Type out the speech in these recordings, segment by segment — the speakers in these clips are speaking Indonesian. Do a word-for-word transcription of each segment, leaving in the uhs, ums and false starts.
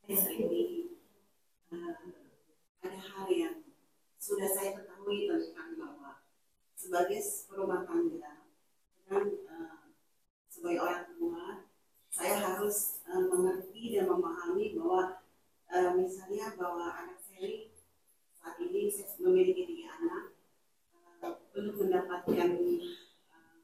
Hari ini uh, ada hal yang sudah saya ketahui tentang bahwa sebagai rumah tangga dan uh, sebagai orang tua, saya harus uh, mengerti dan memahami bahwa uh, misalnya bahwa anak saya saat ini saya memiliki tiga anak, uh, belum mendapatkan uh,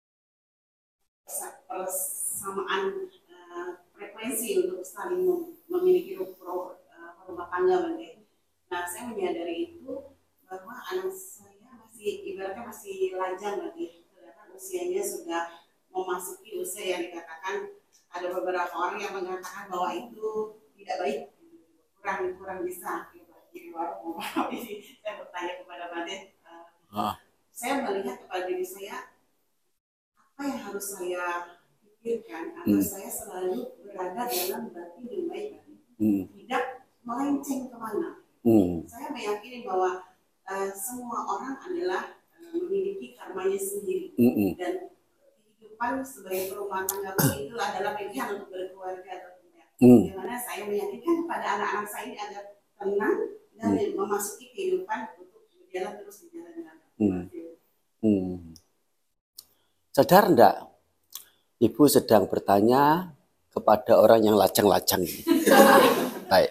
persamaan uh, frekuensi untuk saling memiliki pro, uh, rumah tangga bagi. Nah, saya menyadari itu bahwa anak saya masih ibaratnya masih lajang lagi, ternyata usianya sudah memasuki usia yang dikatakan ada beberapa orang yang mengatakan bahwa itu tidak baik, kurang kurang bisa. Jadi baru mau ini saya bertanya kepada Baden, uh, ah. saya melihat kepada diri saya apa yang harus saya pikirkan agar hmm. saya selalu berada dalam batin yang baik, hmm. tidak melenceng kemana. Hmm. Saya meyakini bahwa uh, semua orang adalah uh, memiliki karmanya sendiri, hmm. dan kehidupan sebagai rumah tangga itu adalah pilihan untuk berkeluarga atau tidak. Hmm. Dimana saya meyakinkan kepada anak-anak saya ini agar tenang dan hmm. memasuki kehidupan untuk berjalan terus di jalan yang hmm. hmm. Sadar enggak? Ibu sedang bertanya kepada orang yang lajang-lajang. Baik.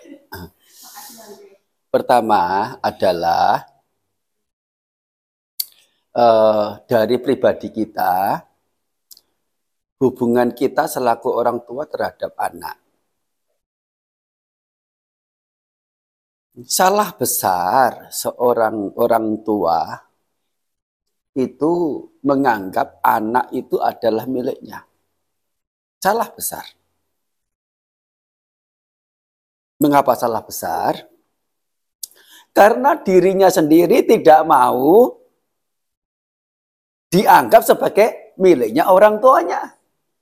Pertama adalah uh, dari pribadi kita, hubungan kita selaku orang tua terhadap anak. Salah besar seorang orang tua itu menganggap anak itu adalah miliknya. Salah besar. Mengapa salah besar? Karena dirinya sendiri tidak mau dianggap sebagai miliknya orang tuanya.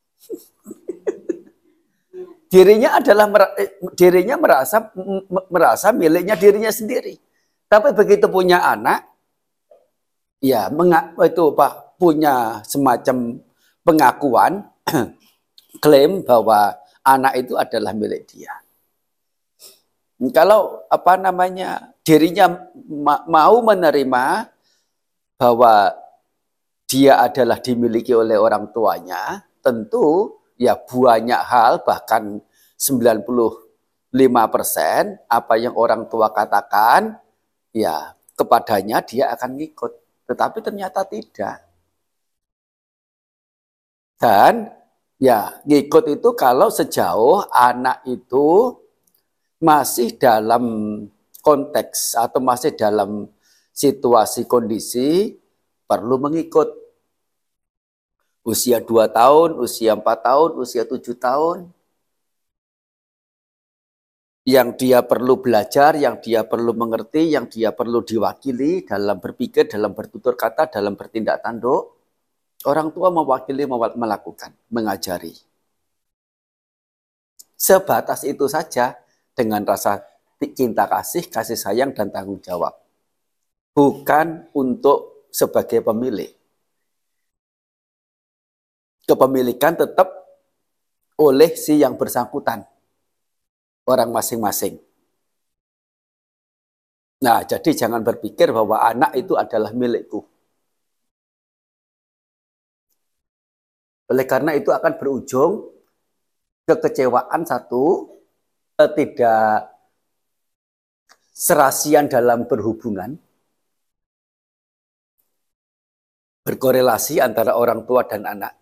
Dirinya adalah dirinya merasa merasa miliknya dirinya sendiri. Tapi begitu punya anak, ya itu Pak punya semacam pengakuan klaim bahwa anak itu adalah milik dia. Kalau apa namanya dirinya ma mau menerima bahwa dia adalah dimiliki oleh orang tuanya, tentu ya banyak hal bahkan sembilan puluh lima persen apa yang orang tua katakan ya kepadanya dia akan ngikut. Tetapi ternyata tidak. Dan ya ngikut itu kalau sejauh anak itu masih dalam konteks atau masih dalam situasi kondisi perlu mengikut. Usia dua tahun, usia empat tahun, usia tujuh tahun. Yang dia perlu belajar, yang dia perlu mengerti, yang dia perlu diwakili dalam berpikir, dalam bertutur kata, dalam bertindak tanduk. Orang tua mewakili, melakukan, mengajari. Sebatas itu saja dengan rasa cinta kasih, kasih sayang, dan tanggung jawab. Bukan untuk sebagai pemilik. Kepemilikan tetap oleh si yang bersangkutan. Orang masing-masing. Nah, jadi jangan berpikir bahwa anak itu adalah milikku. Oleh karena itu akan berujung kekecewaan satu, tidak serasian dalam berhubungan, berkorelasi antara orang tua dan anak.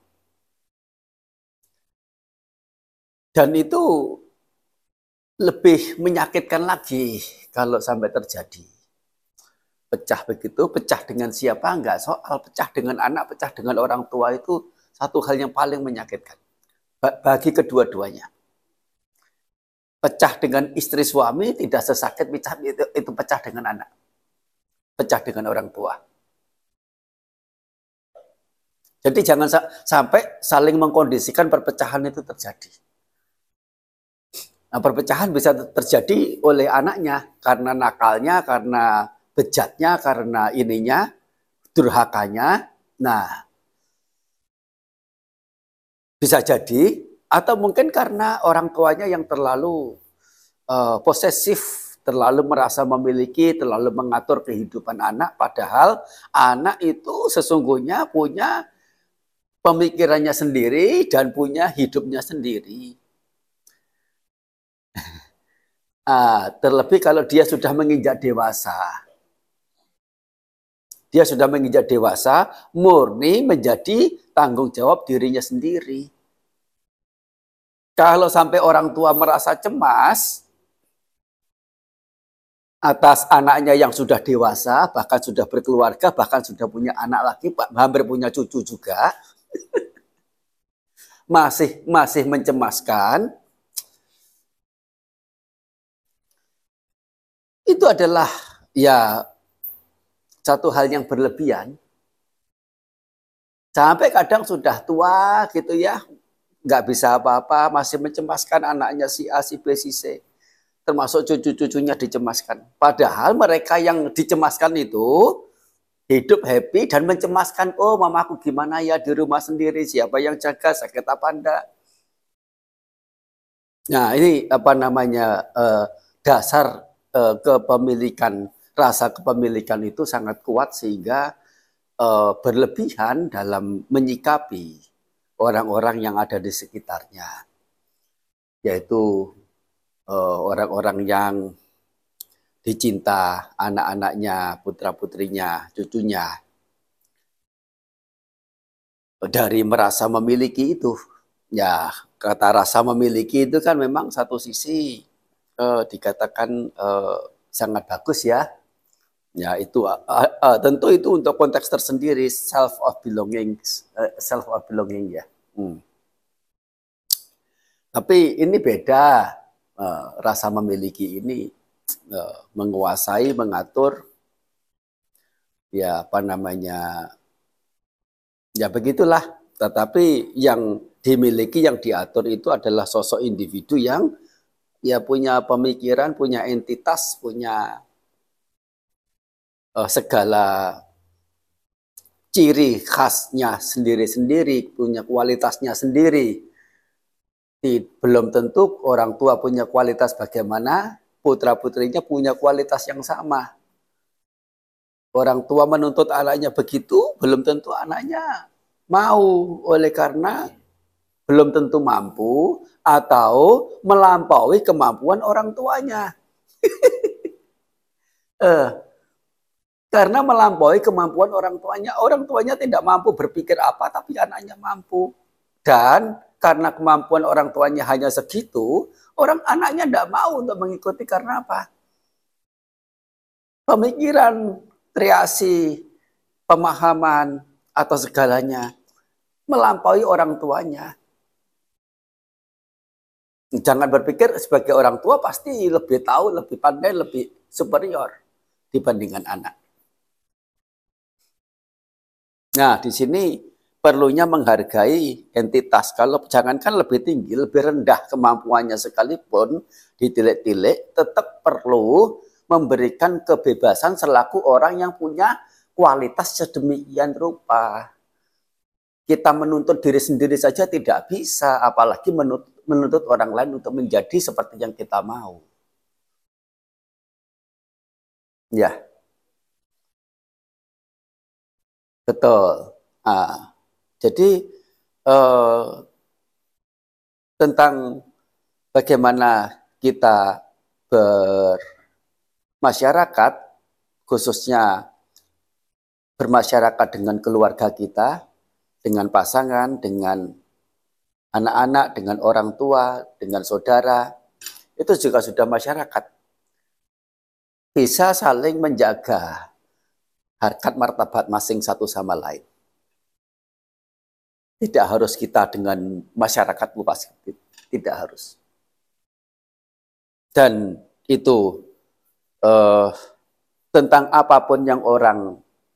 Dan itu lebih menyakitkan lagi kalau sampai terjadi. Pecah begitu, pecah dengan siapa? Enggak soal pecah dengan anak, pecah dengan orang tua itu satu hal yang paling menyakitkan. Bagi kedua-duanya. Pecah dengan istri suami tidak sesakit pecah itu, itu pecah dengan anak. Pecah dengan orang tua. Jadi jangan sampai saling mengkondisikan perpecahan itu terjadi. Nah, perpecahan bisa terjadi oleh anaknya karena nakalnya, karena bejatnya, karena ininya, durhakanya. Nah, bisa jadi atau mungkin karena orang tuanya yang terlalu uh, posesif, terlalu merasa memiliki, terlalu mengatur kehidupan anak, padahal anak itu sesungguhnya punya pemikirannya sendiri dan punya hidupnya sendiri. Ah, terlebih kalau dia sudah menginjak dewasa. Dia sudah menginjak dewasa, murni menjadi tanggung jawab dirinya sendiri. Kalau sampai orang tua merasa cemas atas anaknya yang sudah dewasa, bahkan sudah berkeluarga, bahkan sudah punya anak lagi, hampir punya cucu juga, masih masih mencemaskan, itu adalah ya satu hal yang berlebihan. Sampai kadang sudah tua gitu ya, nggak bisa apa-apa, masih mencemaskan anaknya si A, si B, si C. Termasuk cucu-cucunya dicemaskan. Padahal mereka yang dicemaskan itu hidup happy dan mencemaskan, oh mamaku gimana ya di rumah sendiri, siapa yang jaga, sakit apa enggak. Nah ini apa namanya, eh, dasar eh, kepemilikan, rasa kepemilikan itu sangat kuat sehingga eh, berlebihan dalam menyikapi orang-orang yang ada di sekitarnya. Yaitu orang-orang yang dicinta, anak-anaknya, putra-putrinya, cucunya. Dari merasa memiliki itu. Ya, kata rasa memiliki itu kan memang satu sisi eh, dikatakan eh, sangat bagus ya. Ya, itu uh, uh, tentu itu untuk konteks tersendiri, self of belonging, uh, self of belonging ya. Hmm. Tapi ini beda. Uh, rasa memiliki ini uh, menguasai, mengatur, ya apa namanya, ya begitulah. Tetapi yang dimiliki, yang diatur itu adalah sosok individu yang ya punya pemikiran, punya entitas, punya uh, segala ciri khasnya sendiri-sendiri, punya kualitasnya sendiri. Belum tentu orang tua punya kualitas bagaimana, putra-putrinya punya kualitas yang sama. Orang tua menuntut anaknya begitu, belum tentu anaknya mau, oleh karena belum tentu mampu atau melampaui kemampuan orang tuanya. eh, karena melampaui kemampuan orang tuanya, orang tuanya tidak mampu berpikir apa, tapi anaknya mampu. Dan karena kemampuan orang tuanya hanya segitu, orang anaknya tidak mau untuk mengikuti karena apa? Pemikiran, kreasi, pemahaman, atau segalanya melampaui orang tuanya. Jangan berpikir sebagai orang tua pasti lebih tahu, lebih pandai, lebih superior dibandingkan anak. Nah, di sini perlunya menghargai entitas. Kalau jangankan lebih tinggi, lebih rendah kemampuannya sekalipun, ditilik-tilik, tetap perlu memberikan kebebasan selaku orang yang punya kualitas sedemikian rupa. Kita menuntut diri sendiri saja tidak bisa, apalagi menuntut, menuntut orang lain untuk menjadi seperti yang kita mau. Ya, betul. Nah, jadi eh, tentang bagaimana kita bermasyarakat, khususnya bermasyarakat dengan keluarga kita, dengan pasangan, dengan anak-anak, dengan orang tua, dengan saudara, itu juga sudah masyarakat. Bisa saling menjaga harkat martabat masing satu sama lain. Tidak harus kita dengan masyarakat luas, tidak harus. Dan itu eh, tentang apapun yang orang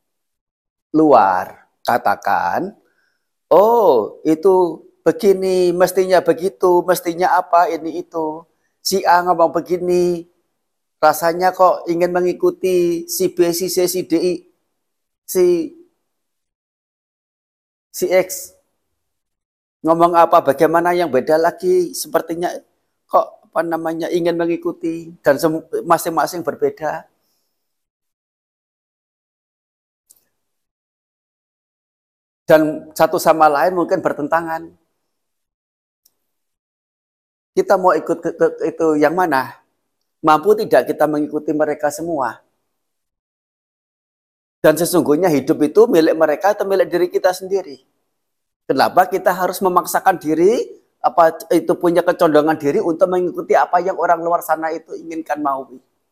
luar katakan, oh itu begini, mestinya begitu, mestinya apa, ini itu. Si A ngomong begini, rasanya kok ingin mengikuti si B, si C, si D, si, si X. Ngomong apa, bagaimana yang beda lagi, sepertinya kok apa namanya ingin mengikuti dan masing-masing berbeda. Dan satu sama lain mungkin bertentangan. Kita mau ikut ke, ke, itu yang mana? Mampu tidak kita mengikuti mereka semua? Dan sesungguhnya hidup itu milik mereka atau milik diri kita sendiri? Kenapa kita harus memaksakan diri, apa itu punya kecondongan diri untuk mengikuti apa yang orang luar sana itu inginkan mau?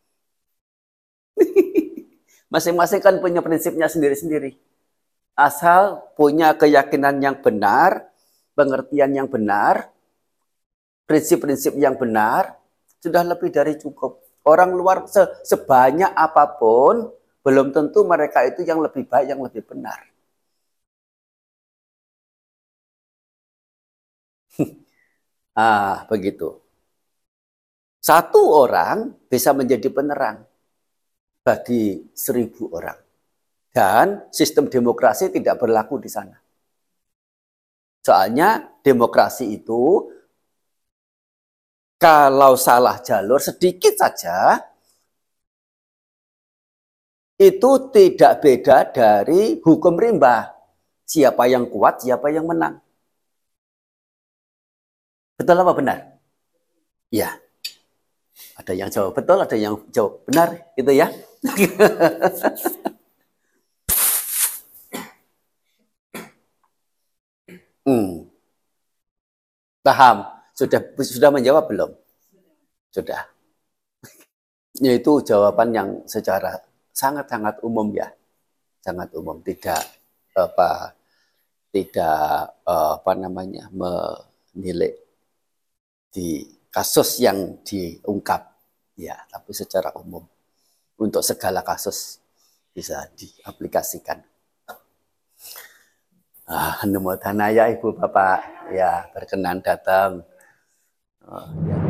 Masing-masing kan punya prinsipnya sendiri-sendiri. Asal punya keyakinan yang benar, pengertian yang benar, prinsip-prinsip yang benar, sudah lebih dari cukup. Orang luar se sebanyak apapun, belum tentu mereka itu yang lebih baik, yang lebih benar. Ah, begitu. Satu orang bisa menjadi penerang bagi seribu orang. Dan sistem demokrasi tidak berlaku di sana. Soalnya demokrasi itu kalau salah jalur sedikit saja itu tidak beda dari hukum rimba. Siapa yang kuat, siapa yang menang. Betul apa benar? Ya. Ada yang jawab betul, ada yang jawab benar, itu ya. Hmm. Paham? Sudah sudah menjawab belum? Sudah. Yaitu jawaban yang secara sangat-sangat umum ya. Sangat umum, tidak apa tidak apa namanya menilai di kasus yang diungkap ya, tapi secara umum untuk segala kasus bisa diaplikasikan. Ah, namo dhanaya Ibu Bapak ya berkenan datang. Oh, ya.